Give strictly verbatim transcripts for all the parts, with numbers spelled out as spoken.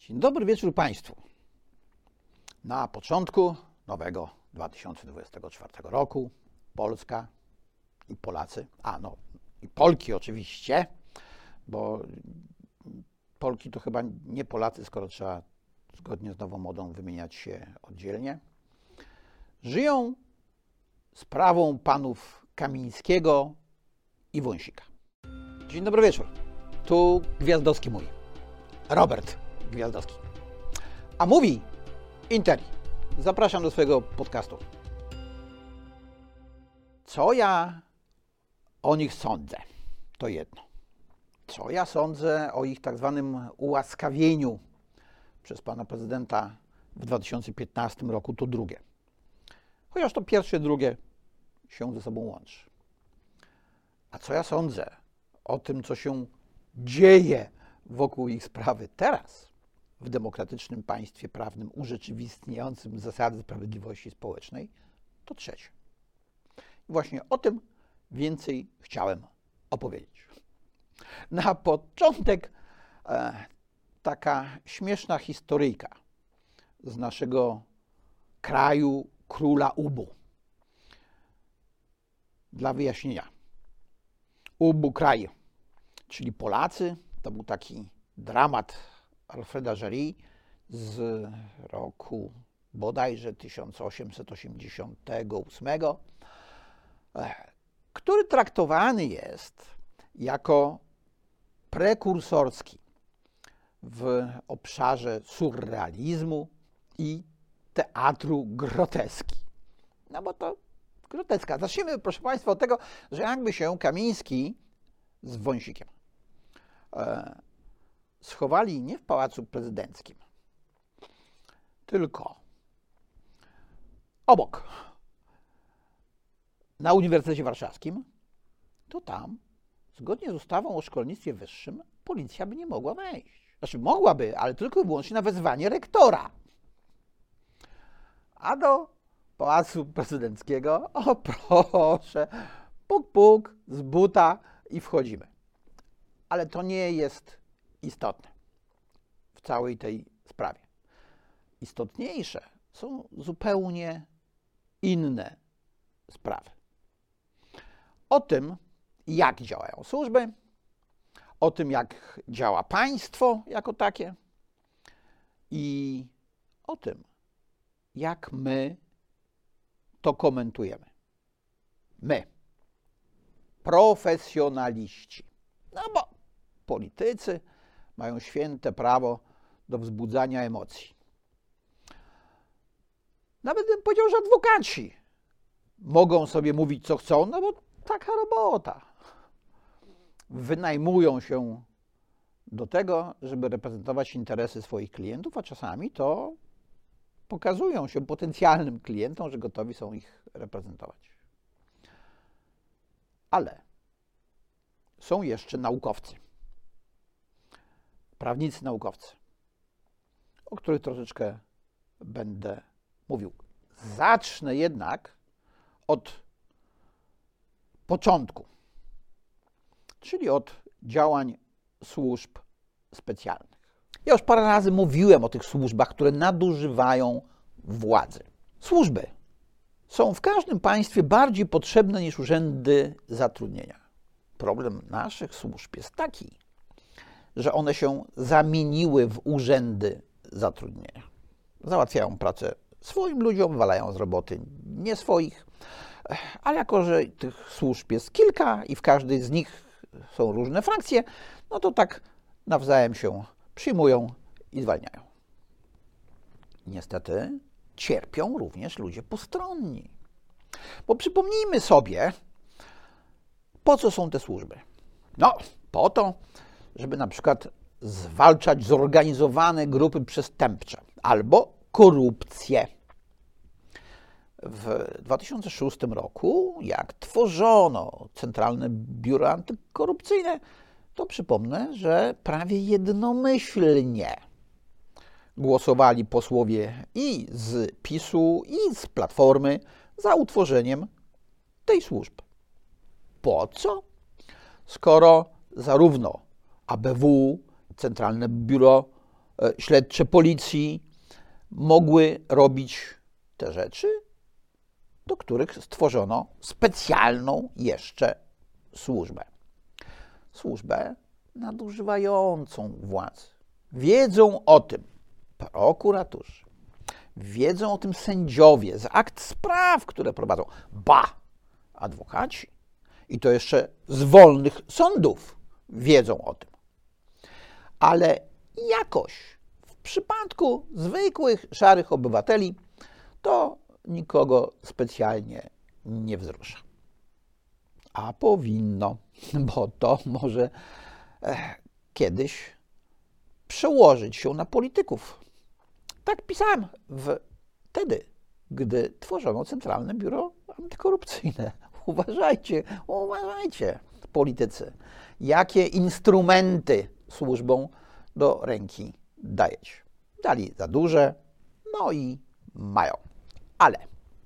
Dzień dobry wieczór Państwu. Na początku nowego dwa tysiące dwudziestego czwartego roku Polska i Polacy, a no i Polki oczywiście, bo Polki to chyba nie Polacy, skoro trzeba zgodnie z nową modą wymieniać się oddzielnie, żyją sprawą panów Kamińskiego i Wąsika. Dzień dobry wieczór. Tu Gwiazdowski mówi. Robert Gwiazdowski. A mówi Interi. Zapraszam do swojego podcastu. Co ja o nich sądzę? To jedno. Co ja sądzę o ich tak zwanym ułaskawieniu przez pana prezydenta w dwa tysiące piętnastym roku? To drugie. Chociaż to pierwsze, drugie się ze sobą łączy. A co ja sądzę o tym, co się dzieje wokół ich sprawy teraz, w demokratycznym państwie prawnym urzeczywistniającym zasady sprawiedliwości społecznej, to trzecie. I właśnie o tym więcej chciałem opowiedzieć. Na początek e, taka śmieszna historyjka z naszego kraju króla Ubu. Dla wyjaśnienia. Ubu kraj, czyli Polacy, to był taki dramat Alfreda Jarry z roku bodajże tysiąc osiemset osiemdziesiątego ósmego, który traktowany jest jako prekursorski w obszarze surrealizmu i teatru groteski. No bo to groteska. Zacznijmy, proszę Państwa, od tego, że jakby się Kamiński z Wąsikiem e, schowali nie w Pałacu Prezydenckim, tylko obok, na Uniwersytecie Warszawskim, to tam, zgodnie z ustawą o szkolnictwie wyższym, policja by nie mogła wejść. Znaczy mogłaby, ale tylko i wyłącznie na wezwanie rektora. A do Pałacu Prezydenckiego, o proszę, puk, puk, z buta i wchodzimy. Ale to nie jest istotne w całej tej sprawie. Istotniejsze są zupełnie inne sprawy. O tym, jak działają służby, o tym, jak działa państwo jako takie i o tym, jak my to komentujemy. My, profesjonaliści. No bo politycy mają święte prawo do wzbudzania emocji. Nawet bym powiedział, że adwokaci mogą sobie mówić, co chcą, no bo taka robota. Wynajmują się do tego, żeby reprezentować interesy swoich klientów, a czasami to pokazują się potencjalnym klientom, że gotowi są ich reprezentować. Ale są jeszcze naukowcy. Prawnicy naukowcy, o których troszeczkę będę mówił. Zacznę jednak od początku, czyli od działań służb specjalnych. Ja już parę razy mówiłem o tych służbach, które nadużywają władzy. Służby są w każdym państwie bardziej potrzebne niż urzędy zatrudnienia. Problem naszych służb jest taki, że one się zamieniły w urzędy zatrudnienia. Załatwiają pracę swoim ludziom, wywalają z roboty nie swoich, ale jako że tych służb jest kilka i w każdej z nich są różne frakcje, no to tak nawzajem się przyjmują i zwalniają. Niestety cierpią również ludzie postronni. Bo przypomnijmy sobie, po co są te służby? No, po to, żeby na przykład zwalczać zorganizowane grupy przestępcze albo korupcję. W dwa tysiące szóstym roku, jak tworzono Centralne Biuro Antykorupcyjne, to przypomnę, że prawie jednomyślnie głosowali posłowie i z PiSu, i z Platformy za utworzeniem tej służb. Po co? Skoro zarówno A B W, Centralne Biuro śledcze policji mogły robić te rzeczy, do których stworzono specjalną jeszcze służbę. Służbę nadużywającą władzy. Wiedzą o tym prokuratorzy, wiedzą o tym sędziowie z akt spraw, które prowadzą, ba, adwokaci. I to jeszcze z wolnych sądów wiedzą o tym. Ale jakoś w przypadku zwykłych, szarych obywateli to nikogo specjalnie nie wzrusza. A powinno, bo to może eh, kiedyś przełożyć się na polityków. Tak pisałem w, wtedy, gdy tworzono Centralne Biuro Antykorupcyjne. Uważajcie, uważajcie, politycy, jakie instrumenty służbom do ręki dajecie. Dali za duże, no i mają. Ale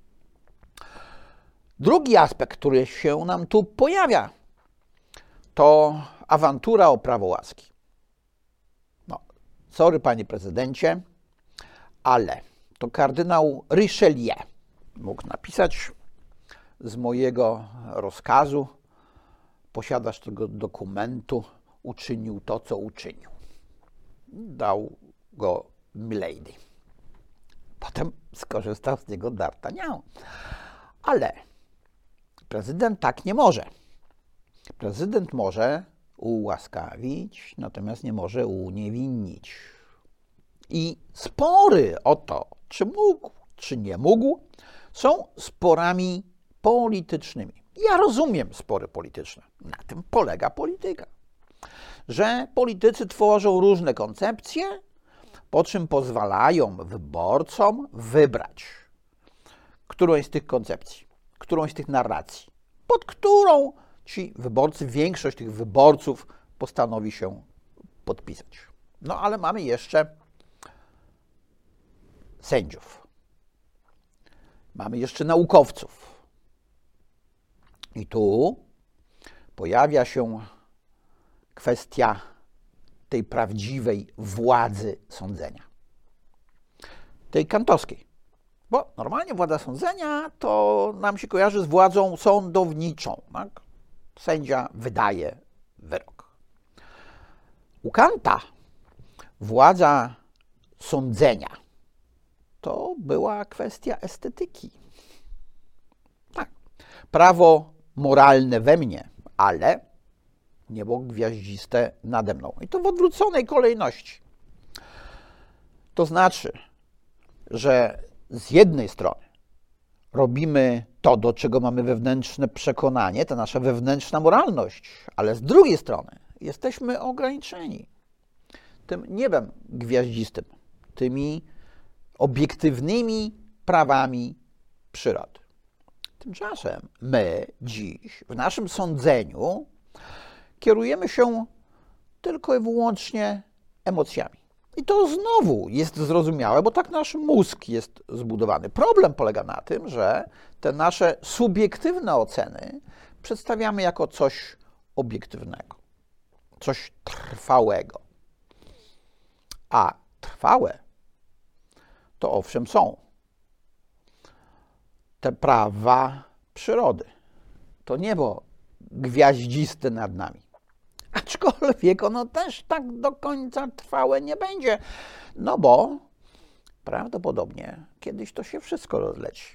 drugi aspekt, który się nam tu pojawia, to awantura o prawo łaski. No, sorry, panie prezydencie, ale to kardynał Richelieu mógł napisać z mojego rozkazu, posiadasz tego dokumentu, uczynił to, co uczynił. Dał go Milady. Potem skorzystał z niego D'Artagnan. Ale prezydent tak nie może. Prezydent może ułaskawić, natomiast nie może uniewinnić. I spory o to, czy mógł, czy nie mógł, są sporami politycznymi. Ja rozumiem spory polityczne. Na tym polega polityka. Że politycy tworzą różne koncepcje, po czym pozwalają wyborcom wybrać którąś z tych koncepcji, którąś z tych narracji, pod którą ci wyborcy, większość tych wyborców postanowi się podpisać. No ale mamy jeszcze sędziów. Mamy jeszcze naukowców. I tu pojawia się kwestia tej prawdziwej władzy sądzenia. Tej kantowskiej. Bo normalnie władza sądzenia to nam się kojarzy z władzą sądowniczą. Tak? Sędzia wydaje wyrok. U Kanta władza sądzenia to była kwestia estetyki. Tak. Prawo moralne we mnie, ale niebo gwiaździste nade mną. I to w odwróconej kolejności. To znaczy, że z jednej strony robimy to, do czego mamy wewnętrzne przekonanie, ta nasza wewnętrzna moralność, ale z drugiej strony jesteśmy ograniczeni tym niebem gwiaździstym, tymi obiektywnymi prawami przyrody. Tymczasem my dziś w naszym sądzeniu kierujemy się tylko i wyłącznie emocjami. I to znowu jest zrozumiałe, bo tak nasz mózg jest zbudowany. Problem polega na tym, że te nasze subiektywne oceny przedstawiamy jako coś obiektywnego, coś trwałego. A trwałe to owszem są te prawa przyrody. To niebo gwiaździste nad nami. Aczkolwiek ono też tak do końca trwałe nie będzie, no bo prawdopodobnie kiedyś to się wszystko rozleci.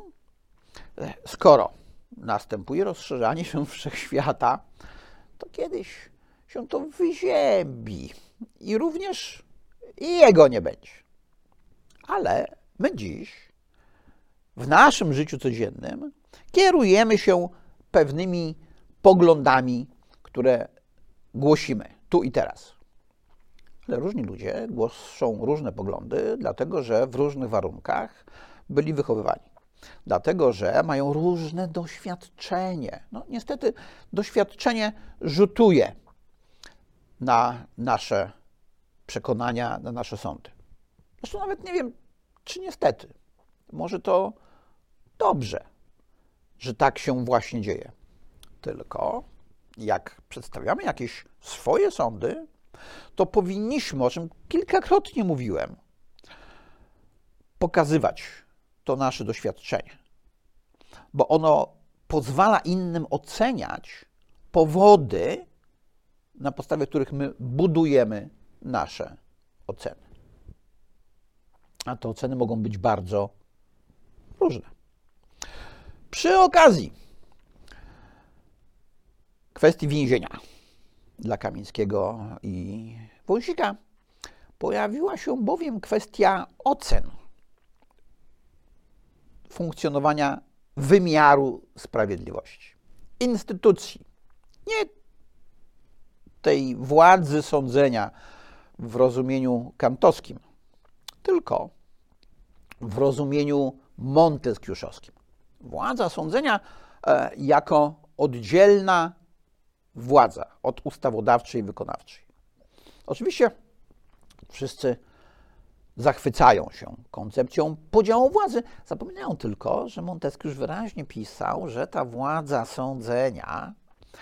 Skoro następuje rozszerzanie się wszechświata, to kiedyś się to wyziębi i również jego nie będzie. Ale my dziś w naszym życiu codziennym kierujemy się pewnymi poglądami, które głosimy tu i teraz. Ale różni ludzie głoszą różne poglądy, dlatego że w różnych warunkach byli wychowywani. Dlatego że mają różne doświadczenie. No niestety doświadczenie rzutuje na nasze przekonania, na nasze sądy. Zresztą nawet nie wiem, czy niestety. Może to dobrze, że tak się właśnie dzieje. Tylko jak przedstawiamy jakieś swoje sądy, to powinniśmy, o czym kilkakrotnie mówiłem, pokazywać to nasze doświadczenie, bo ono pozwala innym oceniać powody, na podstawie których my budujemy nasze oceny. A te oceny mogą być bardzo różne. Przy okazji kwestii więzienia dla Kamińskiego i Wąsika pojawiła się bowiem kwestia ocen funkcjonowania wymiaru sprawiedliwości, instytucji, nie tej władzy sądzenia w rozumieniu kantowskim, tylko w rozumieniu monteskiuszowskim. Władza sądzenia e, jako oddzielna władza od ustawodawczej i wykonawczej. Oczywiście wszyscy zachwycają się koncepcją podziału władzy, zapominają tylko, że Montesquieu wyraźnie pisał, że ta władza sądzenia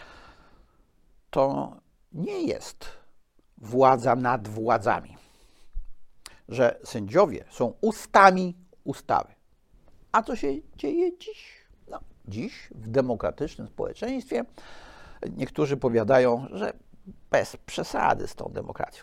to nie jest władza nad władzami, że sędziowie są ustami ustawy. A co się dzieje dziś? No, dziś w demokratycznym społeczeństwie niektórzy powiadają, że bez przesady z tą demokracją.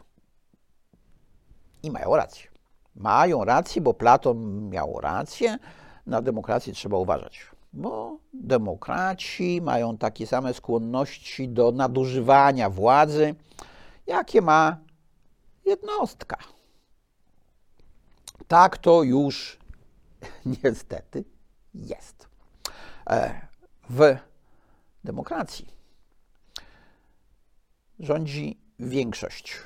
I mają rację. Mają rację, bo Platon miał rację. Na demokrację trzeba uważać, bo demokraci mają takie same skłonności do nadużywania władzy, jakie ma jednostka. Tak to już niestety jest. W demokracji rządzi większość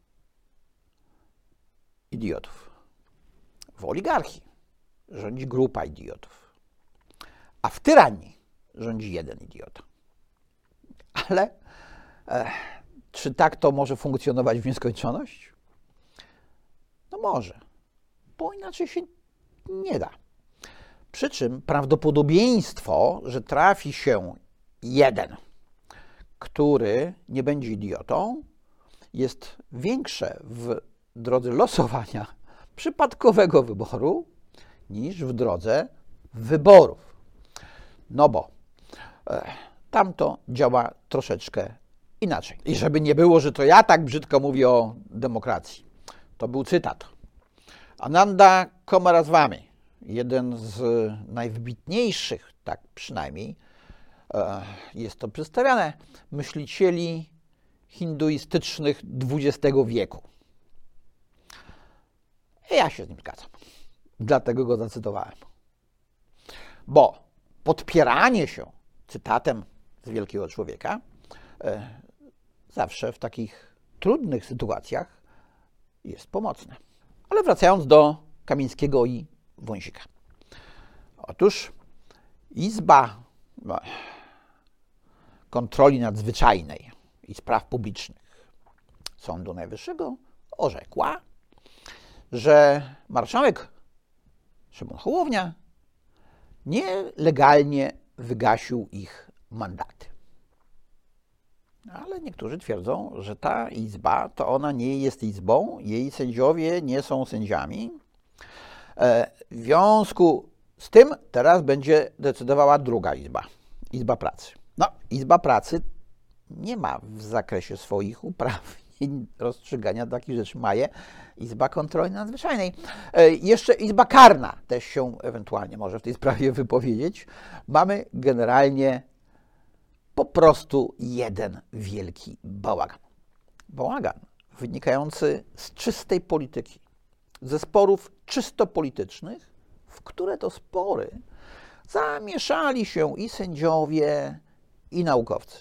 idiotów. W oligarchii rządzi grupa idiotów. A w tyranii rządzi jeden idiota. Ale e, czy tak to może funkcjonować w nieskończoność? No może, bo inaczej się nie da. Przy czym prawdopodobieństwo, że trafi się jeden, który nie będzie idiotą, jest większe w drodze losowania przypadkowego wyboru niż w drodze wyborów. No bo e, tam to działa troszeczkę inaczej. I żeby nie było, że to ja tak brzydko mówię o demokracji. To był cytat. Ananda Coomaraswamy, jeden z najwybitniejszych, tak przynajmniej e, jest to przedstawiane, myślicieli hinduistycznych dwudziestego wieku. I ja się z nim zgadzam. Dlatego go zacytowałem. Bo podpieranie się cytatem z wielkiego człowieka e, zawsze w takich trudnych sytuacjach jest pomocne. Ale wracając do Kamińskiego i Wąsika. Otóż Izba Kontroli Nadzwyczajnej i Spraw Publicznych Sądu Najwyższego orzekła, że marszałek Szymon Hołownia nielegalnie wygasił ich mandaty. Ale niektórzy twierdzą, że ta izba, to ona nie jest izbą, jej sędziowie nie są sędziami. W związku z tym teraz będzie decydowała druga izba, Izba Pracy. No, Izba Pracy nie ma w zakresie swoich uprawnień rozstrzygania takich rzeczy. Ma je Izba Kontroli Nadzwyczajnej. Jeszcze Izba Karna też się ewentualnie może w tej sprawie wypowiedzieć. Mamy generalnie po prostu jeden wielki bałagan. Bałagan wynikający z czystej polityki, ze sporów czysto politycznych, w które to spory zamieszali się i sędziowie, i naukowcy.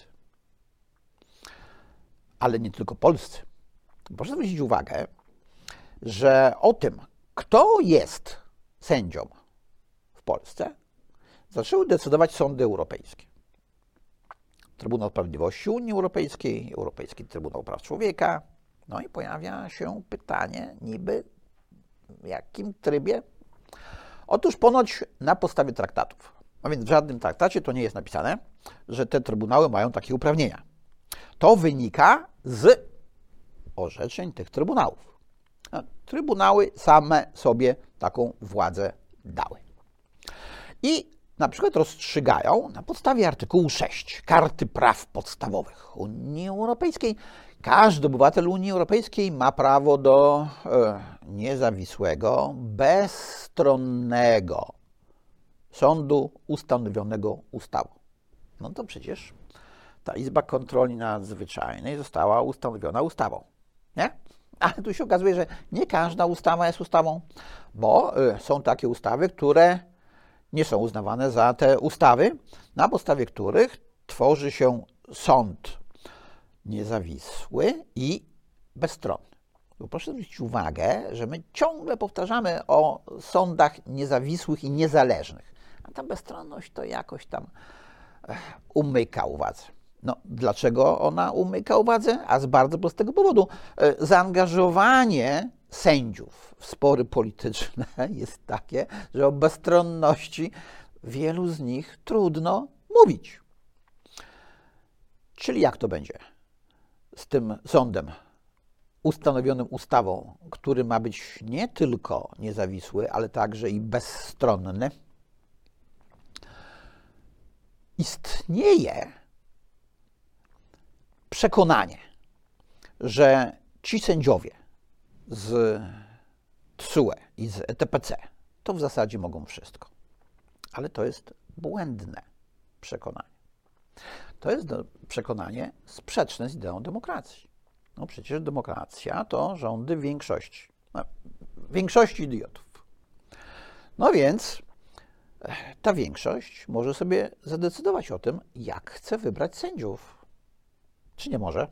Ale nie tylko polscy. Proszę zwrócić uwagę, że o tym, kto jest sędzią w Polsce, zaczęły decydować sądy europejskie. Trybunał Sprawiedliwości Unii Europejskiej, Europejski Trybunał Praw Człowieka. No i pojawia się pytanie, niby w jakim trybie? Otóż ponoć na podstawie traktatów. A więc w żadnym traktacie to nie jest napisane, że te trybunały mają takie uprawnienia. To wynika z orzeczeń tych trybunałów. No, trybunały same sobie taką władzę dały. I na przykład rozstrzygają na podstawie artykułu sześć Karty Praw Podstawowych Unii Europejskiej. Każdy obywatel Unii Europejskiej ma prawo do e, niezawisłego, bezstronnego sądu ustanowionego ustawą. No to przecież ta Izba Kontroli Nadzwyczajnej została ustanowiona ustawą, nie? Ale tu się okazuje, że nie każda ustawa jest ustawą, bo y, są takie ustawy, które nie są uznawane za te ustawy, na podstawie których tworzy się sąd niezawisły i bezstronny. Bo proszę zwrócić uwagę, że my ciągle powtarzamy o sądach niezawisłych i niezależnych, a ta bezstronność to jakoś tam umyka uwadze. No, dlaczego ona umyka uwadze? A z bardzo prostego powodu. Zaangażowanie sędziów w spory polityczne jest takie, że o bezstronności wielu z nich trudno mówić. Czyli jak to będzie z tym sądem ustanowionym ustawą, który ma być nie tylko niezawisły, ale także i bezstronny? Istnieje przekonanie, że ci sędziowie z T S U E i z E T P C to w zasadzie mogą wszystko. Ale to jest błędne przekonanie. To jest przekonanie sprzeczne z ideą demokracji. No przecież demokracja to rządy większości. No, większości idiotów. No więc ta większość może sobie zadecydować o tym, jak chce wybrać sędziów. Czy nie może?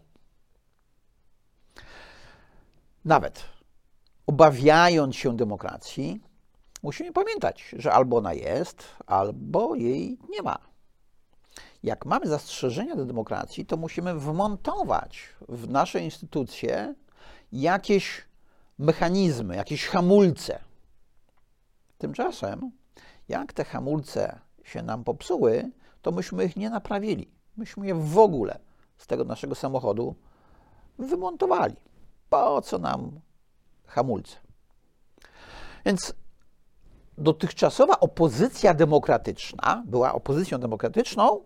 Nawet obawiając się demokracji, musimy pamiętać, że albo ona jest, albo jej nie ma. Jak mamy zastrzeżenia do demokracji, to musimy wmontować w nasze instytucje jakieś mechanizmy, jakieś hamulce. Tymczasem, jak te hamulce się nam popsuły, to myśmy ich nie naprawili. Myśmy je w ogóle z tego naszego samochodu wymontowali. Po co nam hamulce? Więc dotychczasowa opozycja demokratyczna była opozycją demokratyczną,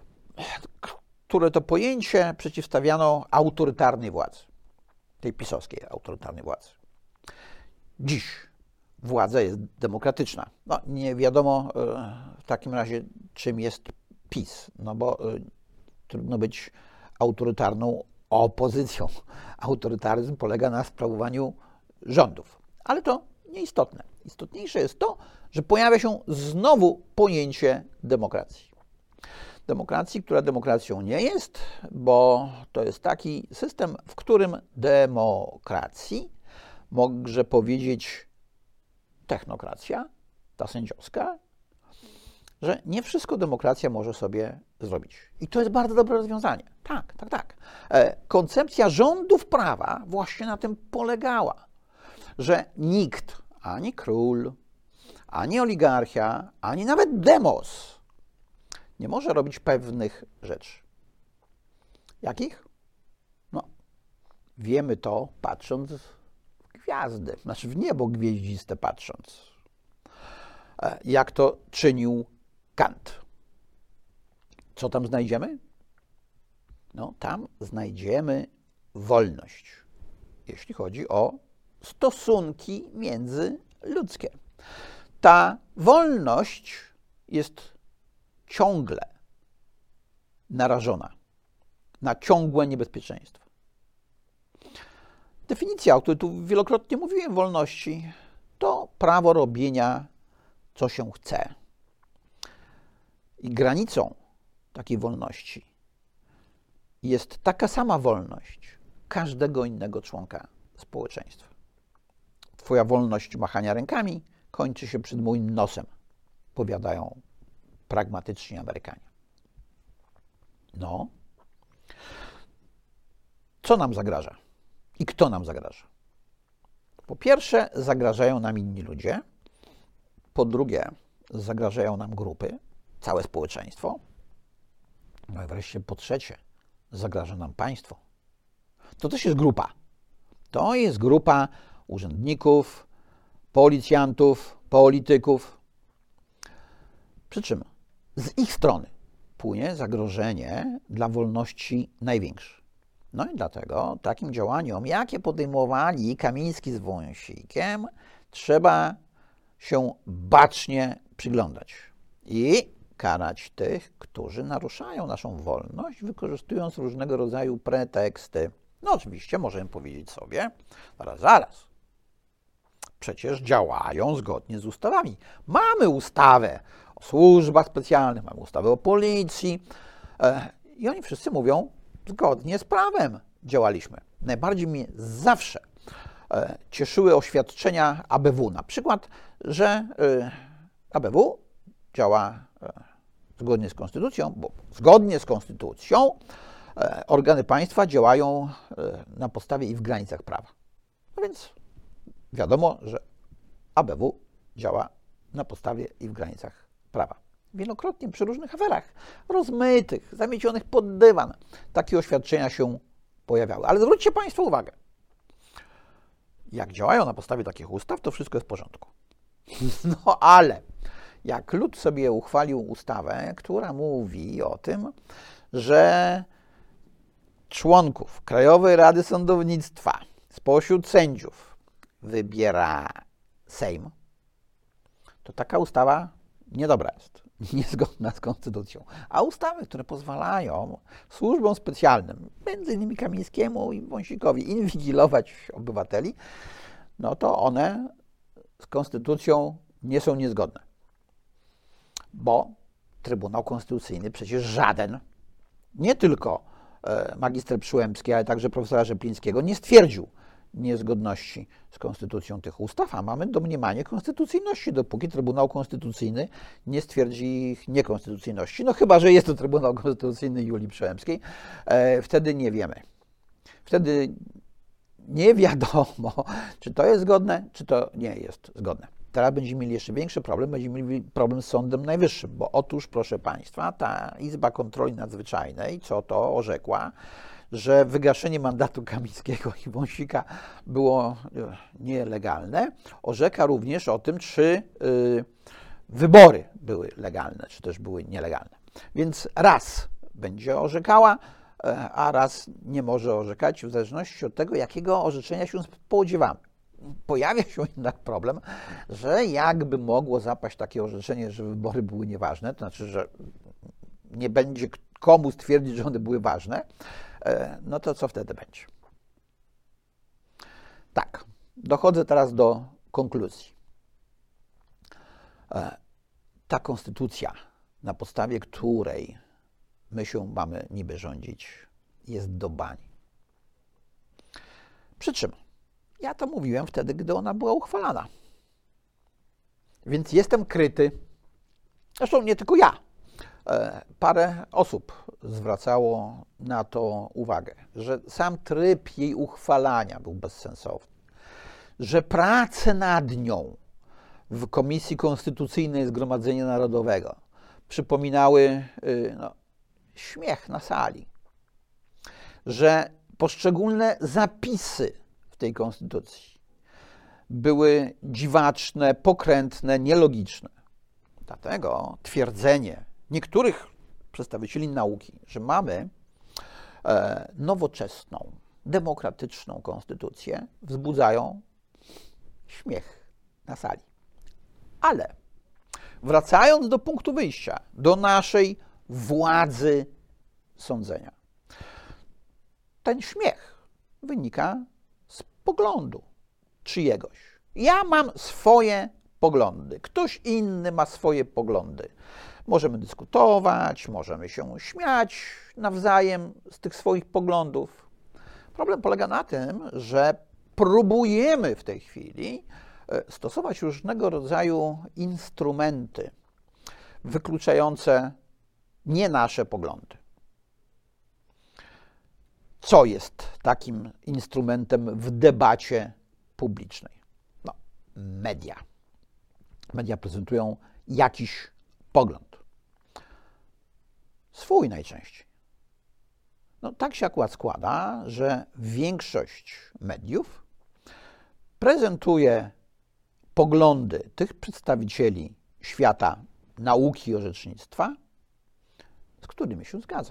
które to pojęcie przeciwstawiano autorytarnej władzy, tej pisowskiej autorytarnej władzy. Dziś władza jest demokratyczna. No, nie wiadomo w takim razie, czym jest PiS, no bo trudno być autorytarną opozycją. Autorytaryzm polega na sprawowaniu rządów, ale to nieistotne. Istotniejsze jest to, że pojawia się znowu pojęcie demokracji. Demokracji, która demokracją nie jest, bo to jest taki system, w którym demokracji, może powiedzieć technokracja, ta sędziowska, że nie wszystko demokracja może sobie zrobić. I to jest bardzo dobre rozwiązanie. Tak, tak, tak. Koncepcja rządów prawa właśnie na tym polegała, że nikt, ani król, ani oligarchia, ani nawet demos nie może robić pewnych rzeczy. Jakich? No, wiemy to patrząc w gwiazdy, znaczy w niebo gwieździste patrząc. Jak to czynił Kant. Co tam znajdziemy? No, tam znajdziemy wolność, jeśli chodzi o stosunki międzyludzkie. Ta wolność jest ciągle narażona na ciągłe niebezpieczeństwo. Definicja, o której tu wielokrotnie mówiłem, wolności, to prawo robienia, co się chce. I granicą takiej wolności jest taka sama wolność każdego innego członka społeczeństwa. Twoja wolność machania rękami kończy się przed moim nosem, powiadają pragmatyczni Amerykanie. No, co nam zagraża i kto nam zagraża? Po pierwsze, zagrażają nam inni ludzie. Po drugie, zagrażają nam grupy, całe społeczeństwo. No i wreszcie po trzecie, zagraża nam państwo. To też jest grupa, To jest grupa urzędników, policjantów, polityków. Przy czym z ich strony płynie zagrożenie dla wolności największe. No i dlatego takim działaniom, jakie podejmowali Kamiński z Wąsikiem, trzeba się bacznie przyglądać i karać tych, którzy naruszają naszą wolność, wykorzystując różnego rodzaju preteksty. No oczywiście możemy powiedzieć sobie, zaraz, zaraz, przecież działają zgodnie z ustawami. Mamy ustawę o służbach specjalnych, mamy ustawę o policji i oni wszyscy mówią, zgodnie z prawem działaliśmy. Najbardziej mnie zawsze cieszyły oświadczenia A B W. Na przykład, że A B W działa zgodnie z konstytucją, bo zgodnie z konstytucją organy państwa działają na podstawie i w granicach prawa. No więc wiadomo, że A B W działa na podstawie i w granicach prawa. Wielokrotnie przy różnych aferach rozmytych, zamiecionych pod dywan takie oświadczenia się pojawiały. Ale zwróćcie Państwo uwagę, jak działają na podstawie takich ustaw, to wszystko jest w porządku. No ale jak lud sobie uchwalił ustawę, która mówi o tym, że członków Krajowej Rady Sądownictwa spośród sędziów wybiera Sejm, to taka ustawa niedobra jest, niezgodna z konstytucją. A ustawy, które pozwalają służbom specjalnym, między innymi Kamińskiemu i Wąsikowi, inwigilować obywateli, no to one z konstytucją nie są niezgodne. Bo Trybunał Konstytucyjny przecież żaden, nie tylko magister Przyłębski, ale także profesora Rzeplińskiego, nie stwierdził niezgodności z konstytucją tych ustaw, a mamy domniemanie konstytucyjności, dopóki Trybunał Konstytucyjny nie stwierdzi ich niekonstytucyjności. No chyba że jest to Trybunał Konstytucyjny Julii Przyłębskiej, e, wtedy nie wiemy. Wtedy nie wiadomo, czy to jest zgodne, czy to nie jest zgodne. Teraz będziemy mieli jeszcze większy problem, będziemy mieli problem z Sądem Najwyższym, bo otóż, proszę Państwa, ta Izba Kontroli Nadzwyczajnej, co to orzekła, że wygaszenie mandatu Kamińskiego i Wąsika było nielegalne. Orzeka również o tym, czy y, wybory były legalne, czy też były nielegalne. Więc raz będzie orzekała, a raz nie może orzekać, w zależności od tego, jakiego orzeczenia się spodziewamy. Pojawia się jednak problem, że jakby mogło zapaść takie orzeczenie, że wybory były nieważne, to znaczy, że nie będzie komu stwierdzić, że one były ważne, no to co wtedy będzie? Tak, dochodzę teraz do konkluzji. Ta konstytucja, na podstawie której my się mamy niby rządzić, jest do bani. Przy czym ja to mówiłem wtedy, gdy ona była uchwalana. Więc jestem kryty. Zresztą nie tylko ja. Parę osób zwracało na to uwagę, że sam tryb jej uchwalania był bezsensowny, że prace nad nią w Komisji Konstytucyjnej Zgromadzenia Narodowego przypominały no, śmiech na sali, że poszczególne zapisy w tej konstytucji były dziwaczne, pokrętne, nielogiczne. Dlatego twierdzenie niektórych przedstawicieli nauki, że mamy e, nowoczesną, demokratyczną konstytucję, wzbudzają śmiech na sali. Ale wracając do punktu wyjścia, do naszej władzy sądzenia, ten śmiech wynika z poglądu czyjegoś. Ja mam swoje poglądy, ktoś inny ma swoje poglądy. Możemy dyskutować, możemy się śmiać nawzajem z tych swoich poglądów. Problem polega na tym, że próbujemy w tej chwili stosować różnego rodzaju instrumenty wykluczające nie nasze poglądy. Co jest takim instrumentem w debacie publicznej? No, media. Media prezentują jakiś pogląd. Swój najczęściej. No, tak się akurat składa, że większość mediów prezentuje poglądy tych przedstawicieli świata nauki i orzecznictwa, z którymi się zgadza.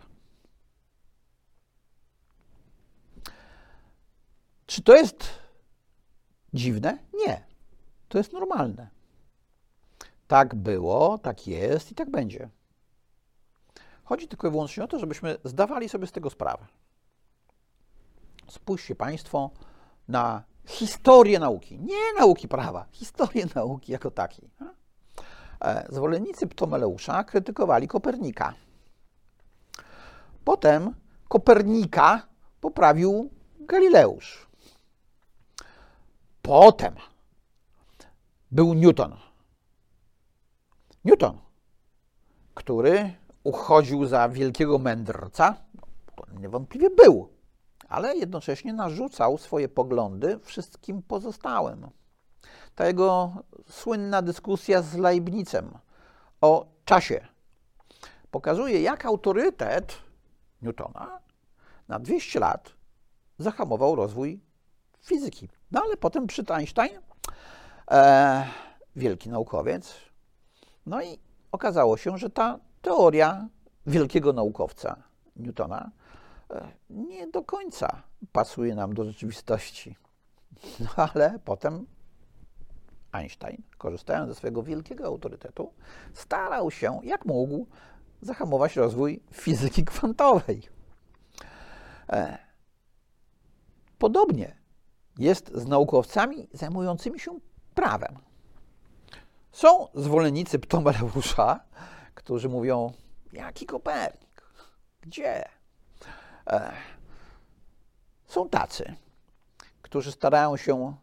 Czy to jest dziwne? Nie. To jest normalne. Tak było, tak jest i tak będzie. Chodzi tylko i wyłącznie o to, żebyśmy zdawali sobie z tego sprawę. Spójrzcie Państwo na historię nauki. Nie nauki prawa, historię nauki jako takiej. Zwolennicy Ptomeleusza krytykowali Kopernika. Potem Kopernika poprawił Galileusz. Potem był Newton. Newton, który uchodził za wielkiego mędrca, to niewątpliwie był, ale jednocześnie narzucał swoje poglądy wszystkim pozostałym. Ta jego słynna dyskusja z Leibnizem o czasie pokazuje, jak autorytet Newtona na dwieście lat zahamował rozwój fizyki. No ale potem przyszedł Einstein, e, wielki naukowiec, no i okazało się, że ta teoria wielkiego naukowca Newtona e, nie do końca pasuje nam do rzeczywistości. No ale potem Einstein, korzystając ze swojego wielkiego autorytetu, starał się, jak mógł, zahamować rozwój fizyki kwantowej. E, podobnie jest z naukowcami zajmującymi się prawem. Są zwolennicy Ptomeleusza, którzy mówią, jaki Kopernik? Gdzie? E, są tacy, którzy starają się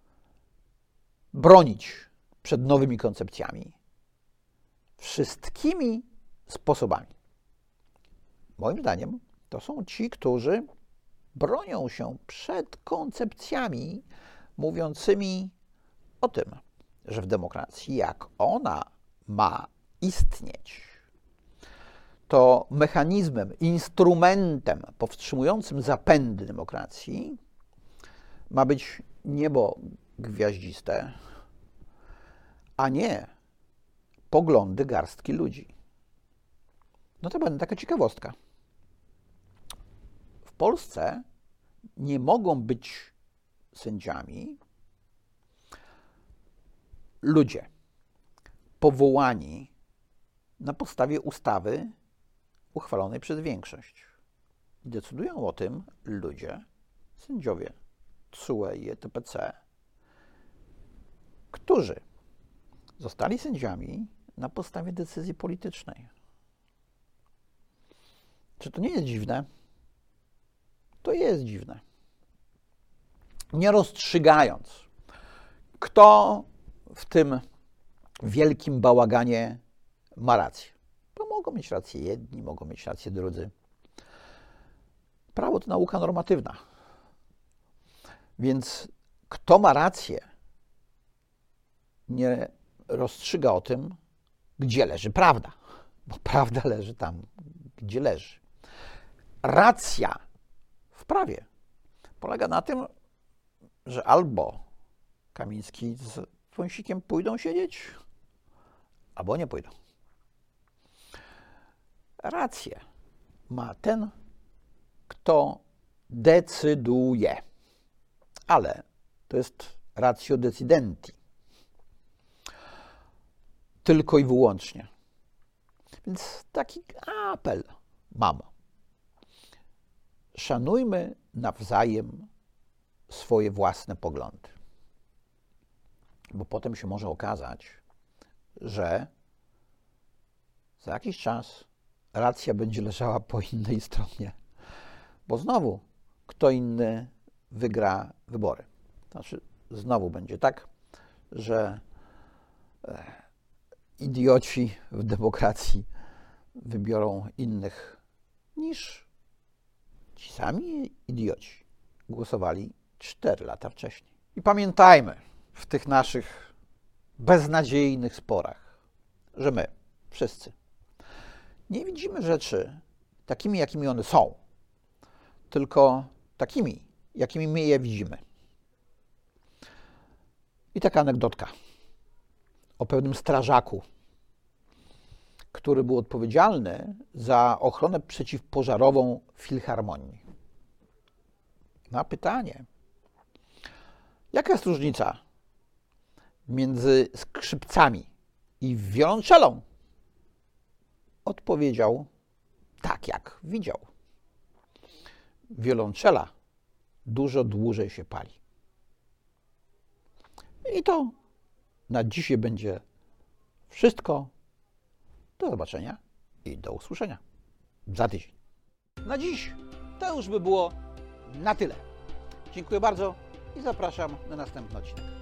bronić przed nowymi koncepcjami wszystkimi sposobami. Moim zdaniem to są ci, którzy bronią się przed koncepcjami mówiącymi o tym, że w demokracji, jak ona ma istnieć, to mechanizmem, instrumentem powstrzymującym zapędy demokracji ma być niebo gwiaździste, a nie poglądy garstki ludzi. No to będzie taka ciekawostka. W Polsce nie mogą być sędziami ludzie powołani na podstawie ustawy uchwalonej przez większość. Decydują o tym ludzie, sędziowie T S U E i E T P C, którzy zostali sędziami na podstawie decyzji politycznej. Czy to nie jest dziwne? To jest dziwne. Nie rozstrzygając, kto w tym wielkim bałaganie ma rację. Bo mogą mieć rację jedni, mogą mieć rację drudzy. Prawo to nauka normatywna. Więc kto ma rację, nie rozstrzyga o tym, gdzie leży prawda. Bo prawda leży tam, gdzie leży. Racja w prawie polega na tym, że albo Kamiński z Wąsikiem pójdą siedzieć, albo nie pójdą. Rację ma ten, kto decyduje. Ale to jest ratio decidenti. Tylko i wyłącznie. Więc taki apel mam. Szanujmy nawzajem swoje własne poglądy. Bo potem się może okazać, że za jakiś czas racja będzie leżała po innej stronie. Bo znowu kto inny wygra wybory. Znaczy, znowu będzie tak, że e, idioci w demokracji wybiorą innych niż ci sami idioci głosowali cztery lata wcześniej. I pamiętajmy w tych naszych beznadziejnych sporach, że my, wszyscy, nie widzimy rzeczy takimi, jakimi one są, tylko takimi, jakimi my je widzimy. I taka anegdotka o pewnym strażaku, który był odpowiedzialny za ochronę przeciwpożarową Filharmonii. Na pytanie, jaka jest różnica między skrzypcami i wiolonczelą, odpowiedział tak, jak widział. Wiolonczela dużo dłużej się pali. I to na dzisiaj będzie wszystko. Do zobaczenia i do usłyszenia za tydzień. Na dziś to już by było na tyle. Dziękuję bardzo i zapraszam na następny odcinek.